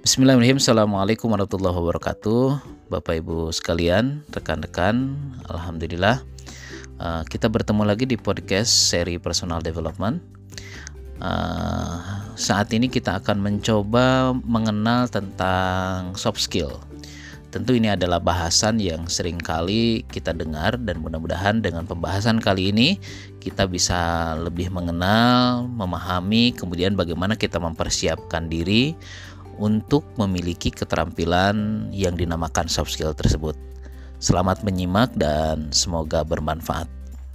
Bismillahirrahmanirrahim. Assalamualaikum warahmatullahi wabarakatuh. Bapak Ibu sekalian, rekan-rekan, alhamdulillah kita bertemu lagi di podcast seri personal development. Saat ini kita akan mencoba mengenal tentang soft skill. Tentu ini adalah bahasan yang sering kali kita dengar, dan mudah-mudahan dengan pembahasan kali ini kita bisa lebih mengenal, memahami, kemudian bagaimana kita mempersiapkan diri untuk memiliki keterampilan yang dinamakan soft skill tersebut. Selamat menyimak dan semoga bermanfaat.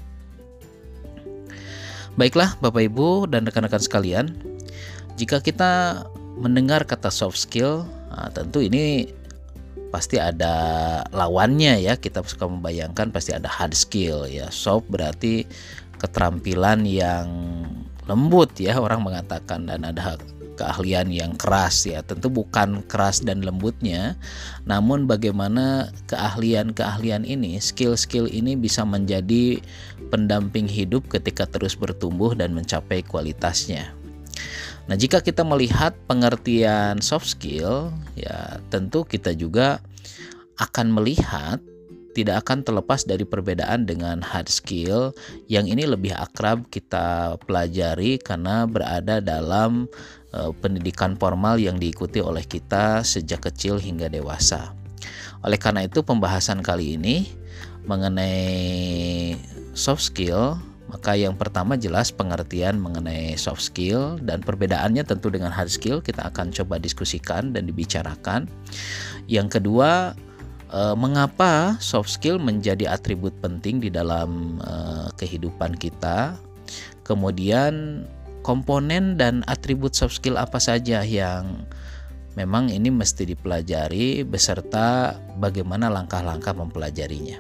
Baiklah Bapak Ibu dan rekan-rekan sekalian, jika kita mendengar kata soft skill, tentu ini pasti ada lawannya ya. Kita suka membayangkan pasti ada hard skill ya. Soft berarti keterampilan yang lembut ya, orang mengatakan, dan ada keahlian yang keras ya. Tentu bukan keras dan lembutnya, namun bagaimana keahlian-keahlian ini, skill-skill ini bisa menjadi pendamping hidup ketika terus bertumbuh dan mencapai kualitasnya. Nah, jika kita melihat pengertian soft skill, ya tentu kita juga akan melihat tidak akan terlepas dari perbedaan dengan hard skill yang ini lebih akrab kita pelajari karena berada dalam pendidikan formal yang diikuti oleh kita sejak kecil hingga dewasa. Oleh karena itu, pembahasan kali ini mengenai soft skill, maka yang pertama jelas pengertian mengenai soft skill dan perbedaannya tentu dengan hard skill kita akan coba diskusikan dan dibicarakan. Yang kedua, mengapa soft skill menjadi atribut penting di dalam kehidupan kita. Kemudian komponen dan atribut soft skill apa saja yang memang ini mesti dipelajari beserta bagaimana langkah-langkah mempelajarinya.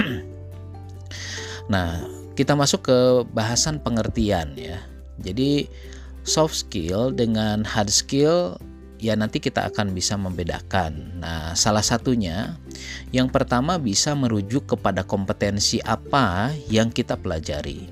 Nah, kita masuk ke bahasan pengertian ya. Jadi soft skill dengan hard skill ya nanti kita akan bisa membedakan. Nah, salah satunya yang pertama bisa merujuk kepada kompetensi apa yang kita pelajari.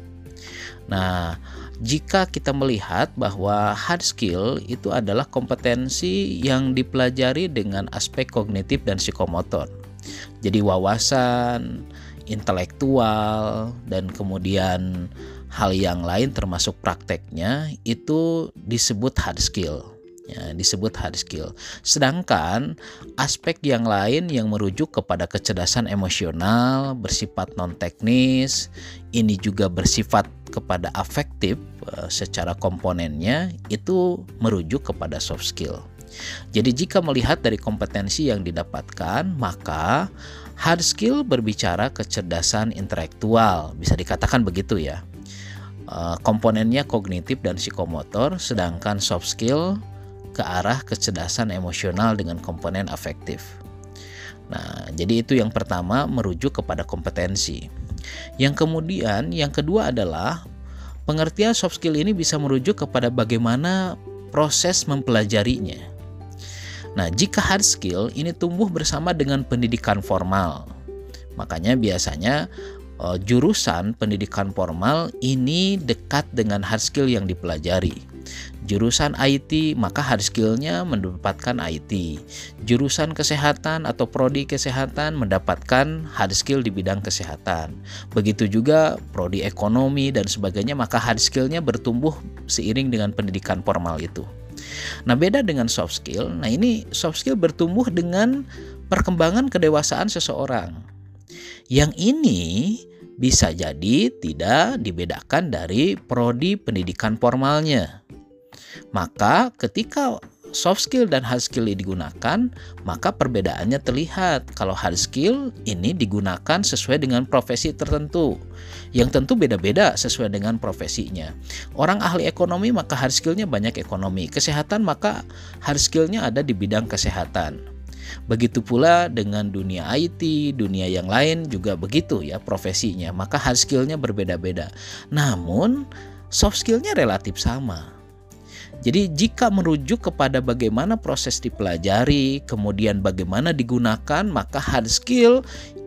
Nah, jika kita melihat bahwa hard skill itu adalah kompetensi yang dipelajari dengan aspek kognitif dan psikomotor. Jadi wawasan, intelektual, dan kemudian hal yang lain termasuk prakteknya itu disebut hard skill. Ya, disebut hard skill. Sedangkan aspek yang lain yang merujuk kepada kecerdasan emosional, bersifat non teknis, ini juga bersifat kepada afektif secara komponennya, itu merujuk kepada soft skill. Jadi jika melihat dari kompetensi yang didapatkan, maka hard skill berbicara kecerdasan intelektual, bisa dikatakan begitu ya. Komponennya kognitif dan psikomotor, sedangkan soft skill ke arah kecerdasan emosional dengan komponen afektif. Nah, jadi itu yang pertama, merujuk kepada kompetensi. Yang kemudian, yang kedua adalah pengertian soft skill ini bisa merujuk kepada bagaimana proses mempelajarinya. Nah, jika hard skill ini tumbuh bersama dengan pendidikan formal, makanya biasanya jurusan pendidikan formal ini dekat dengan hard skill yang dipelajari. Jurusan IT, maka hard skill-nya mendapatkan IT. Jurusan kesehatan atau prodi kesehatan mendapatkan hard skill di bidang kesehatan. Begitu juga prodi ekonomi dan sebagainya, maka hard skill-nya bertumbuh seiring dengan pendidikan formal itu. Nah, beda dengan soft skill. Nah, ini soft skill bertumbuh dengan perkembangan kedewasaan seseorang. Yang ini bisa jadi tidak dibedakan dari prodi pendidikan formalnya. Maka ketika soft skill dan hard skill ini digunakan, maka perbedaannya terlihat. Kalau hard skill ini digunakan sesuai dengan profesi tertentu, yang tentu beda-beda sesuai dengan profesinya. Orang ahli ekonomi maka hard skillnya banyak ekonomi. Kesehatan maka hard skillnya ada di bidang kesehatan. Begitu pula dengan dunia IT, dunia yang lain juga begitu ya profesinya. Maka hard skillnya berbeda-beda. Namun soft skillnya relatif sama. Jadi jika merujuk kepada bagaimana proses dipelajari, kemudian bagaimana digunakan, maka hard skill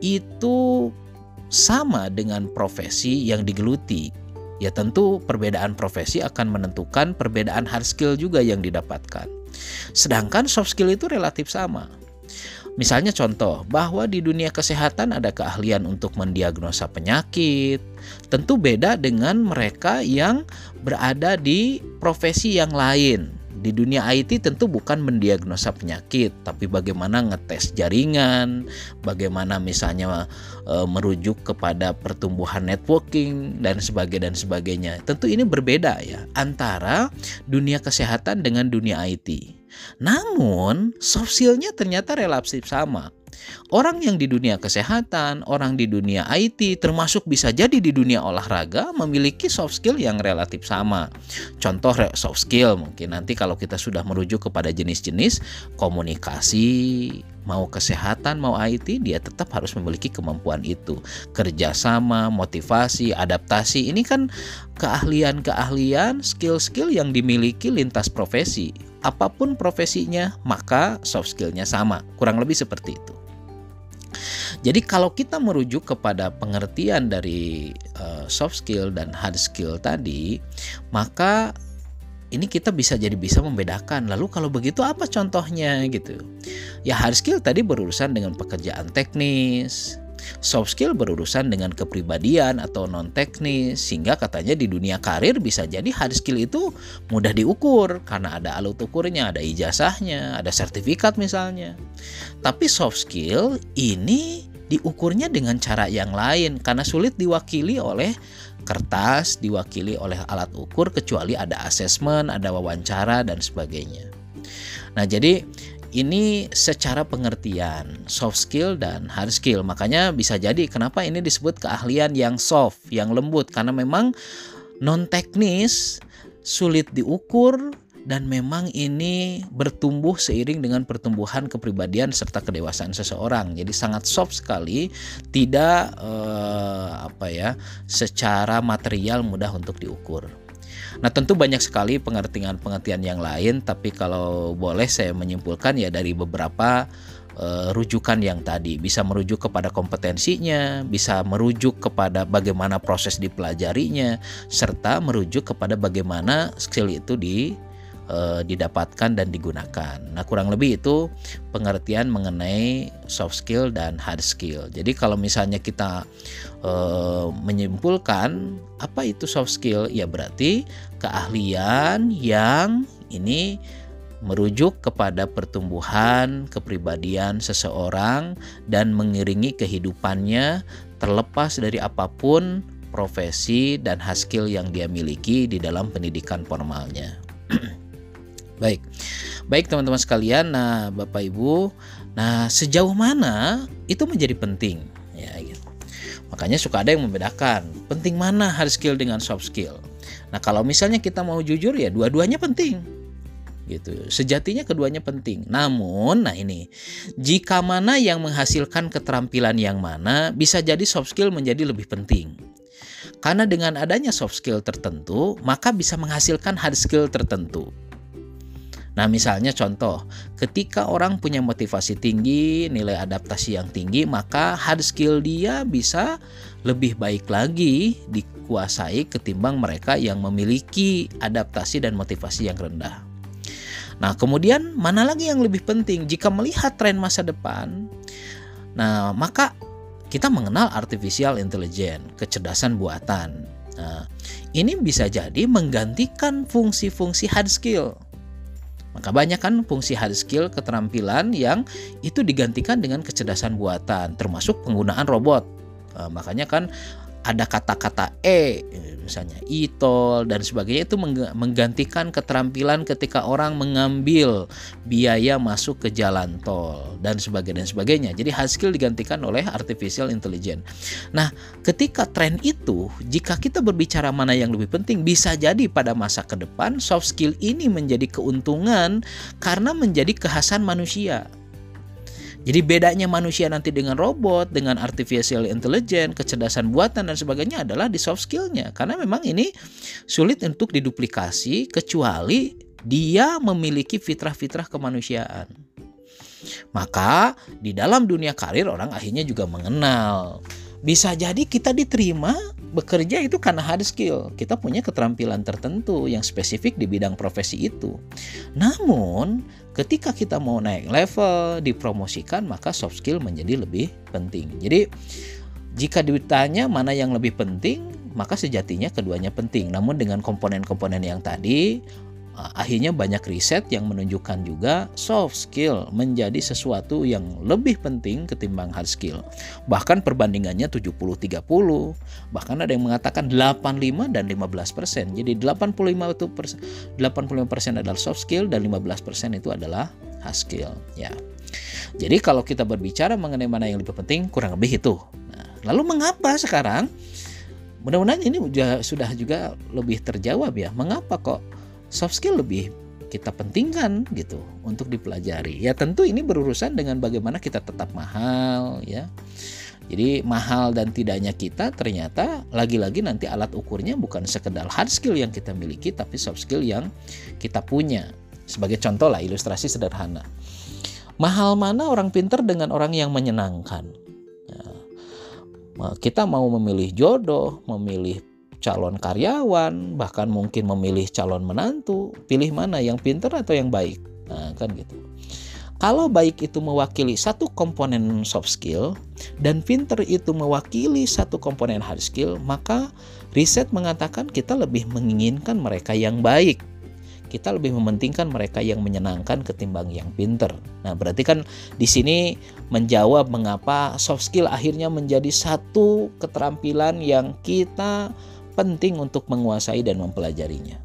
itu sama dengan profesi yang digeluti. Ya tentu perbedaan profesi akan menentukan perbedaan hard skill juga yang didapatkan. Sedangkan soft skill itu relatif sama. Misalnya contoh, bahwa di dunia kesehatan ada keahlian untuk mendiagnosa penyakit. Tentu beda dengan mereka yang berada di profesi yang lain. Di dunia IT tentu bukan mendiagnosa penyakit, tapi bagaimana ngetes jaringan, bagaimana misalnya merujuk kepada pertumbuhan networking dan sebagainya. Tentu ini berbeda ya antara dunia kesehatan dengan dunia IT. Namun soft skill-nya ternyata relatif sama. Orang yang di dunia kesehatan, orang di dunia IT, termasuk bisa jadi di dunia olahraga, memiliki soft skill yang relatif sama. Contoh soft skill mungkin nanti kalau kita sudah merujuk kepada jenis-jenis komunikasi, mau kesehatan, mau IT, dia tetap harus memiliki kemampuan itu. Kerjasama, motivasi, adaptasi, ini kan keahlian-keahlian, skill-skill yang dimiliki lintas profesi. Apapun profesinya, maka soft skill-nya sama. Kurang lebih seperti itu. Jadi kalau kita merujuk kepada pengertian dari soft skill dan hard skill tadi, maka ini kita bisa membedakan. Lalu kalau begitu apa contohnya gitu? Ya, hard skill tadi berurusan dengan pekerjaan teknis. Soft skill berurusan dengan kepribadian atau non teknis, sehingga katanya di dunia karir bisa jadi hard skill itu mudah diukur karena ada alat ukurnya, ada ijazahnya, ada sertifikat misalnya. Tapi soft skill ini diukurnya dengan cara yang lain karena sulit diwakili oleh kertas, diwakili oleh alat ukur kecuali ada asesmen, ada wawancara dan sebagainya. Nah, jadi ini secara pengertian soft skill dan hard skill. Makanya bisa jadi kenapa ini disebut keahlian yang soft, yang lembut, karena memang non teknis, sulit diukur, dan memang ini bertumbuh seiring dengan pertumbuhan kepribadian serta kedewasaan seseorang. Jadi sangat soft sekali, tidak secara material mudah untuk diukur. Nah, tentu banyak sekali pengertian yang lain, tapi kalau boleh saya menyimpulkan ya dari beberapa rujukan yang tadi. Bisa merujuk kepada kompetensinya, bisa merujuk kepada bagaimana proses dipelajarinya, serta merujuk kepada bagaimana skill itu didapatkan dan digunakan. Nah, kurang lebih itu pengertian mengenai soft skill dan hard skill. Jadi kalau misalnya kita menyimpulkan apa itu soft skill, ya berarti keahlian yang ini merujuk kepada pertumbuhan kepribadian seseorang dan mengiringi kehidupannya terlepas dari apapun profesi dan hard skill yang dia miliki di dalam pendidikan formalnya. Baik teman-teman sekalian. Nah, Bapak Ibu, sejauh mana itu menjadi penting ya gitu. Makanya suka ada yang membedakan penting mana hard skill dengan soft skill. Nah, kalau misalnya kita mau jujur ya dua-duanya penting gitu. Sejatinya keduanya penting. Namun, jika mana yang menghasilkan keterampilan yang mana, bisa jadi soft skill menjadi lebih penting. Karena dengan adanya soft skill tertentu, maka bisa menghasilkan hard skill tertentu. Nah, misalnya contoh, ketika orang punya motivasi tinggi, nilai adaptasi yang tinggi, maka hard skill dia bisa lebih baik lagi dikuasai ketimbang mereka yang memiliki adaptasi dan motivasi yang rendah. Nah, kemudian mana lagi yang lebih penting? Jika melihat tren masa depan, maka kita mengenal artificial intelligence, kecerdasan buatan. Nah, ini bisa jadi menggantikan fungsi-fungsi hard skill. Maka banyak kan fungsi hard skill, keterampilan yang itu digantikan dengan kecerdasan buatan, termasuk penggunaan robot. Makanya kan ada kata-kata misalnya e-toll dan sebagainya, itu menggantikan keterampilan ketika orang mengambil biaya masuk ke jalan tol dan sebagainya. Jadi hard skill digantikan oleh artificial intelligence. Nah, ketika tren itu, jika kita berbicara mana yang lebih penting, bisa jadi pada masa ke depan soft skill ini menjadi keuntungan karena menjadi kekhasan manusia. Jadi bedanya manusia nanti dengan robot, dengan artificial intelligence, kecerdasan buatan dan sebagainya adalah di soft skill-nya. Karena memang ini sulit untuk diduplikasi kecuali dia memiliki fitrah-fitrah kemanusiaan. Maka di dalam dunia karir orang akhirnya juga mengenal. Bisa jadi kita diterima bekerja itu karena hard skill. Kita punya keterampilan tertentu yang spesifik di bidang profesi itu. Namun, ketika kita mau naik level, dipromosikan, maka soft skill menjadi lebih penting. Jadi, jika ditanya mana yang lebih penting, maka sejatinya keduanya penting. Namun dengan komponen-komponen yang tadi, akhirnya banyak riset yang menunjukkan juga soft skill menjadi sesuatu yang lebih penting ketimbang hard skill. Bahkan perbandingannya 70-30, bahkan ada yang mengatakan 85 dan 15%. Jadi 85% adalah soft skill dan 15% itu adalah hard skill. Ya. Jadi kalau kita berbicara mengenai mana yang lebih penting, kurang lebih itu. Nah, lalu mengapa sekarang? Mudah-mudahan ini sudah juga lebih terjawab ya. Mengapa kok soft skill lebih kita pentingkan gitu untuk dipelajari? Ya tentu ini berurusan dengan bagaimana kita tetap mahal ya. Jadi mahal dan tidaknya kita ternyata lagi-lagi nanti alat ukurnya bukan sekedar hard skill yang kita miliki, tapi soft skill yang kita punya. Sebagai contoh lah, ilustrasi sederhana. Mahal mana orang pintar dengan orang yang menyenangkan? Ya, kita mau memilih jodoh, memilih calon karyawan, bahkan mungkin memilih calon menantu, pilih mana, yang pintar atau yang baik? Nah, kan gitu. Kalau baik itu mewakili satu komponen soft skill dan pintar itu mewakili satu komponen hard skill, maka riset mengatakan kita lebih menginginkan mereka yang baik. Kita lebih mementingkan mereka yang menyenangkan ketimbang yang pintar. Nah, berarti kan di sini menjawab mengapa soft skill akhirnya menjadi satu keterampilan yang kita penting untuk menguasai dan mempelajarinya.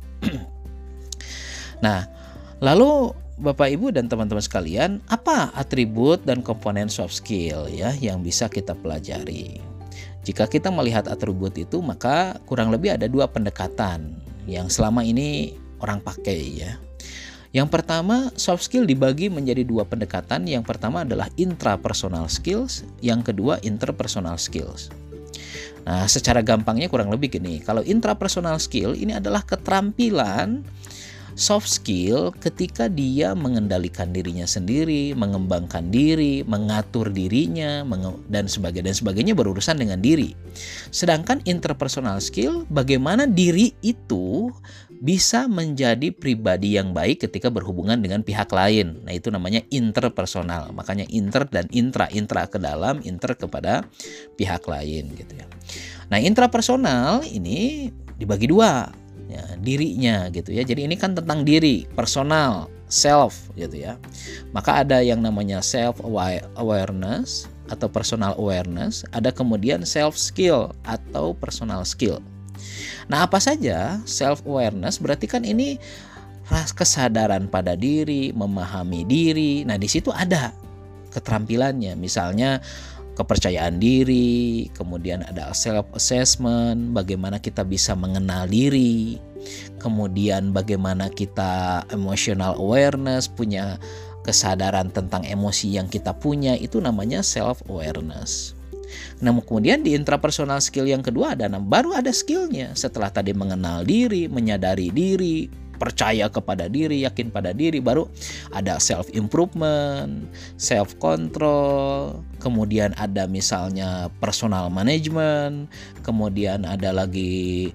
Nah, lalu Bapak Ibu dan teman-teman sekalian, apa atribut dan komponen soft skill ya yang bisa kita pelajari? Jika kita melihat atribut itu, maka kurang lebih ada dua pendekatan yang selama ini orang pakai ya. Yang pertama, soft skill dibagi menjadi dua pendekatan. Yang pertama adalah intrapersonal skills, yang kedua interpersonal skills. Nah, secara gampangnya kurang lebih gini. Kalau intrapersonal skill ini adalah keterampilan soft skill ketika dia mengendalikan dirinya sendiri, mengembangkan diri, mengatur dirinya, dan sebagainya berurusan dengan diri. Sedangkan interpersonal skill, bagaimana diri itu bisa menjadi pribadi yang baik ketika berhubungan dengan pihak lain. Nah, itu namanya interpersonal. Makanya inter dan intra ke dalam, inter kepada pihak lain gitu ya. Nah, intrapersonal ini dibagi dua. Ya, dirinya gitu ya. Jadi ini kan tentang diri, personal, self gitu ya. Maka ada yang namanya self awareness atau personal awareness, ada kemudian self skill atau personal skill. Nah, apa saja self awareness? Berarti kan ini kesadaran pada diri, memahami diri. Nah, di situ ada keterampilannya. Misalnya kepercayaan diri, kemudian ada self assessment, bagaimana kita bisa mengenal diri, kemudian bagaimana kita emotional awareness, punya kesadaran tentang emosi yang kita punya, itu namanya self awareness. Nah, kemudian di intrapersonal skill yang kedua baru ada skillnya. Setelah tadi mengenal diri, menyadari diri, percaya kepada diri, yakin pada diri, baru ada self improvement, self control, kemudian ada misalnya personal management, kemudian ada lagi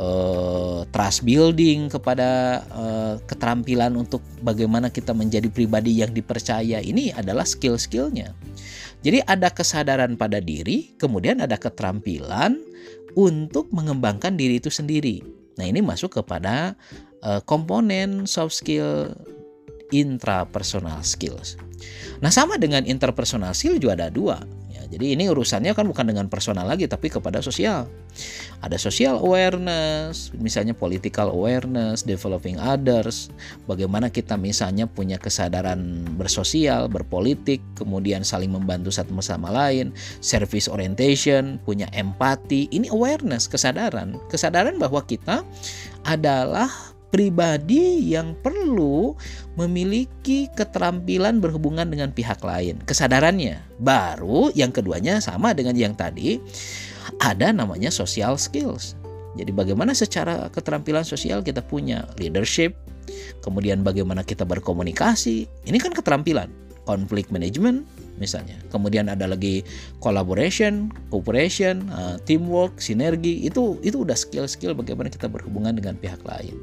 trust building kepada keterampilan untuk bagaimana kita menjadi pribadi yang dipercaya. Ini adalah skill-skillnya. Jadi ada kesadaran pada diri, kemudian ada keterampilan untuk mengembangkan diri itu sendiri. Nah, ini masuk kepada komponen soft skill intrapersonal skills. Nah, sama dengan interpersonal skill juga ada dua. Ya, jadi ini urusannya kan bukan dengan personal lagi, tapi kepada sosial. Ada social awareness, misalnya political awareness, developing others. Bagaimana kita misalnya punya kesadaran bersosial, berpolitik, kemudian saling membantu satu sama lain. Service orientation, punya empati. Ini awareness, kesadaran. Kesadaran bahwa kita adalah pribadi yang perlu memiliki keterampilan berhubungan dengan pihak lain. Kesadarannya. Baru yang keduanya sama dengan yang tadi, ada namanya social skills. Jadi bagaimana secara keterampilan sosial kita punya leadership, kemudian bagaimana kita berkomunikasi. Ini kan keterampilan. Conflict management, misalnya. Kemudian ada lagi collaboration, cooperation, teamwork, sinergi. Itu udah skill-skill bagaimana kita berhubungan dengan pihak lain.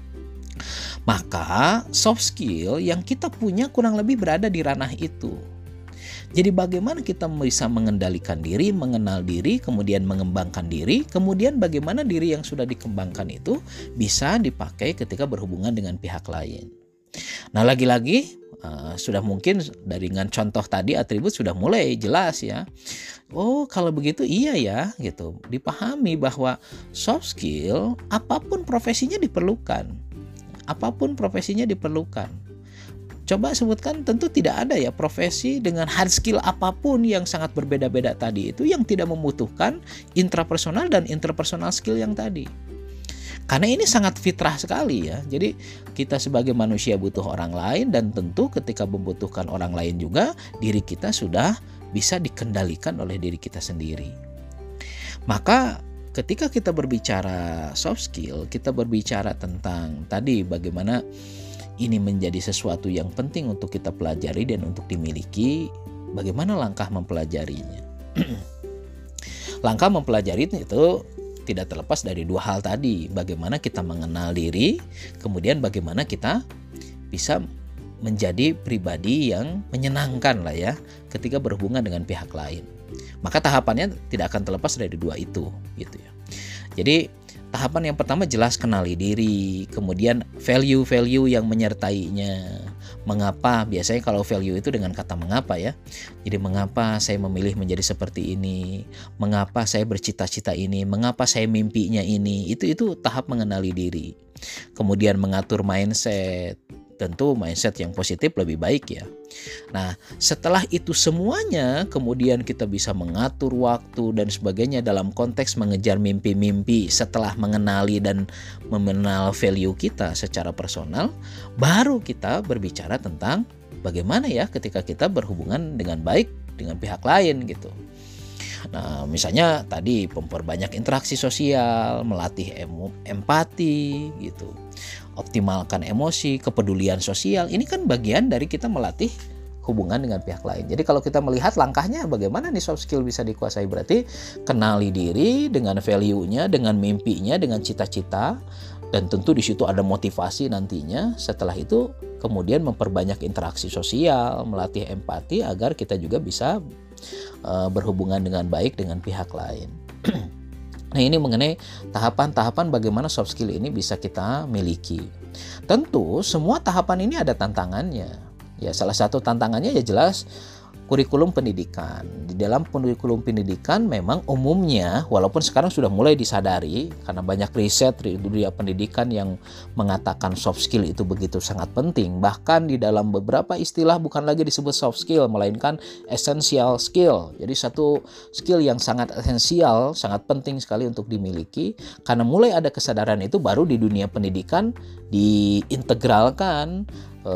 Maka soft skill yang kita punya kurang lebih berada di ranah itu. Jadi bagaimana kita bisa mengendalikan diri, mengenal diri, kemudian mengembangkan diri, kemudian bagaimana diri yang sudah dikembangkan itu bisa dipakai ketika berhubungan dengan pihak lain. Nah, lagi-lagi sudah mungkin dengan contoh tadi atribut sudah mulai jelas ya. Oh, kalau begitu iya ya gitu. Dipahami bahwa soft skill apapun profesinya diperlukan. Apapun profesinya diperlukan. Coba sebutkan, tentu tidak ada ya profesi dengan hard skill apapun yang sangat berbeda-beda tadi itu yang tidak membutuhkan intrapersonal dan interpersonal skill yang tadi. Karena ini sangat fitrah sekali ya. Jadi kita sebagai manusia butuh orang lain, dan tentu ketika membutuhkan orang lain juga diri kita sudah bisa dikendalikan oleh diri kita sendiri. Maka ketika kita berbicara soft skill, kita berbicara tentang tadi bagaimana ini menjadi sesuatu yang penting untuk kita pelajari dan untuk dimiliki. Bagaimana langkah mempelajarinya? Langkah mempelajari itu tidak terlepas dari dua hal tadi. Bagaimana kita mengenal diri, kemudian bagaimana kita bisa menjadi pribadi yang menyenangkan lah ya ketika berhubungan dengan pihak lain. Maka tahapannya tidak akan terlepas dari dua itu gitu ya. Jadi tahapan yang pertama jelas kenali diri, kemudian value-value yang menyertainya. Mengapa? Biasanya kalau value itu dengan kata mengapa ya. Jadi mengapa saya memilih menjadi seperti ini? Mengapa saya bercita-cita ini? Mengapa saya mimpinya ini? Itu tahap mengenali diri. Kemudian mengatur mindset. Tentu mindset yang positif lebih baik ya. Nah, setelah itu semuanya, kemudian kita bisa mengatur waktu dan sebagainya dalam konteks mengejar mimpi-mimpi. Setelah mengenali dan mengenal value kita secara personal, baru kita berbicara tentang bagaimana ya ketika kita berhubungan dengan baik dengan pihak lain gitu. Nah, misalnya tadi memperbanyak interaksi sosial, melatih empati gitu. Optimalkan emosi, kepedulian sosial. Ini kan bagian dari kita melatih hubungan dengan pihak lain. Jadi kalau kita melihat langkahnya bagaimana nih soft skill bisa dikuasai, berarti kenali diri dengan value-nya, dengan mimpinya, dengan cita-cita, dan tentu di situ ada motivasi nantinya. Setelah itu kemudian memperbanyak interaksi sosial, melatih empati agar kita juga bisa berhubungan dengan baik dengan pihak lain. Nah, ini mengenai tahapan-tahapan bagaimana soft skill ini bisa kita miliki. Tentu semua tahapan ini ada tantangannya. Ya, salah satu tantangannya ya jelas kurikulum pendidikan. Di dalam kurikulum pendidikan memang umumnya, walaupun sekarang sudah mulai disadari karena banyak riset di dunia pendidikan yang mengatakan soft skill itu begitu sangat penting. Bahkan di dalam beberapa istilah bukan lagi disebut soft skill, melainkan essential skill. Jadi satu skill yang sangat esensial, sangat penting sekali untuk dimiliki. Karena mulai ada kesadaran itu baru di dunia pendidikan diintegralkan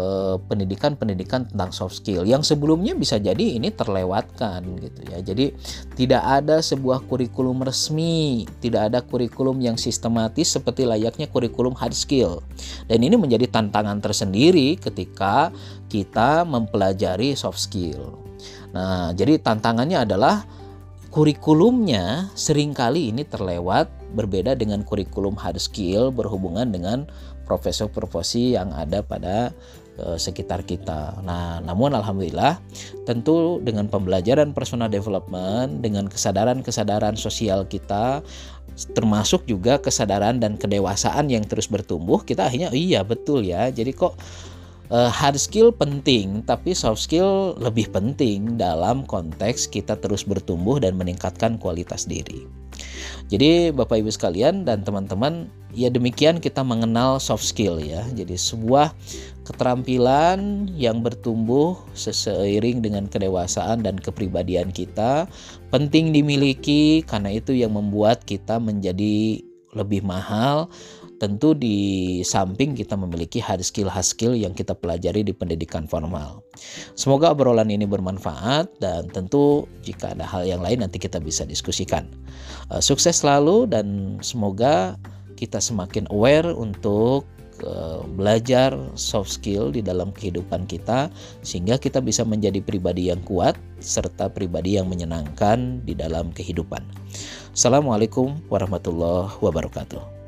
pendidikan tentang soft skill yang sebelumnya bisa jadi ini terlewatkan gitu ya. Jadi tidak ada sebuah kurikulum resmi, tidak ada kurikulum yang sistematis seperti layaknya kurikulum hard skill. Dan ini menjadi tantangan tersendiri ketika kita mempelajari soft skill. Nah, jadi tantangannya adalah kurikulumnya seringkali ini terlewat, berbeda dengan kurikulum hard skill berhubungan dengan profesi-profesi yang ada pada sekitar kita. Nah, namun alhamdulillah tentu dengan pembelajaran personal development, dengan kesadaran-kesadaran sosial kita, termasuk juga kesadaran dan kedewasaan yang terus bertumbuh, kita akhirnya iya betul ya. Jadi kok hard skill penting, tapi soft skill lebih penting dalam konteks kita terus bertumbuh dan meningkatkan kualitas diri. Jadi Bapak Ibu sekalian dan teman-teman, ya demikian kita mengenal soft skill ya. Jadi sebuah keterampilan yang bertumbuh seiring dengan kedewasaan dan kepribadian kita, penting dimiliki karena itu yang membuat kita menjadi lebih mahal. Tentu di samping kita memiliki hard skill yang kita pelajari di pendidikan formal. Semoga obrolan ini bermanfaat dan tentu jika ada hal yang lain nanti kita bisa diskusikan. Sukses selalu dan semoga kita semakin aware untuk belajar soft skill di dalam kehidupan kita, sehingga kita bisa menjadi pribadi yang kuat serta pribadi yang menyenangkan di dalam kehidupan. Assalamualaikum warahmatullahi wabarakatuh.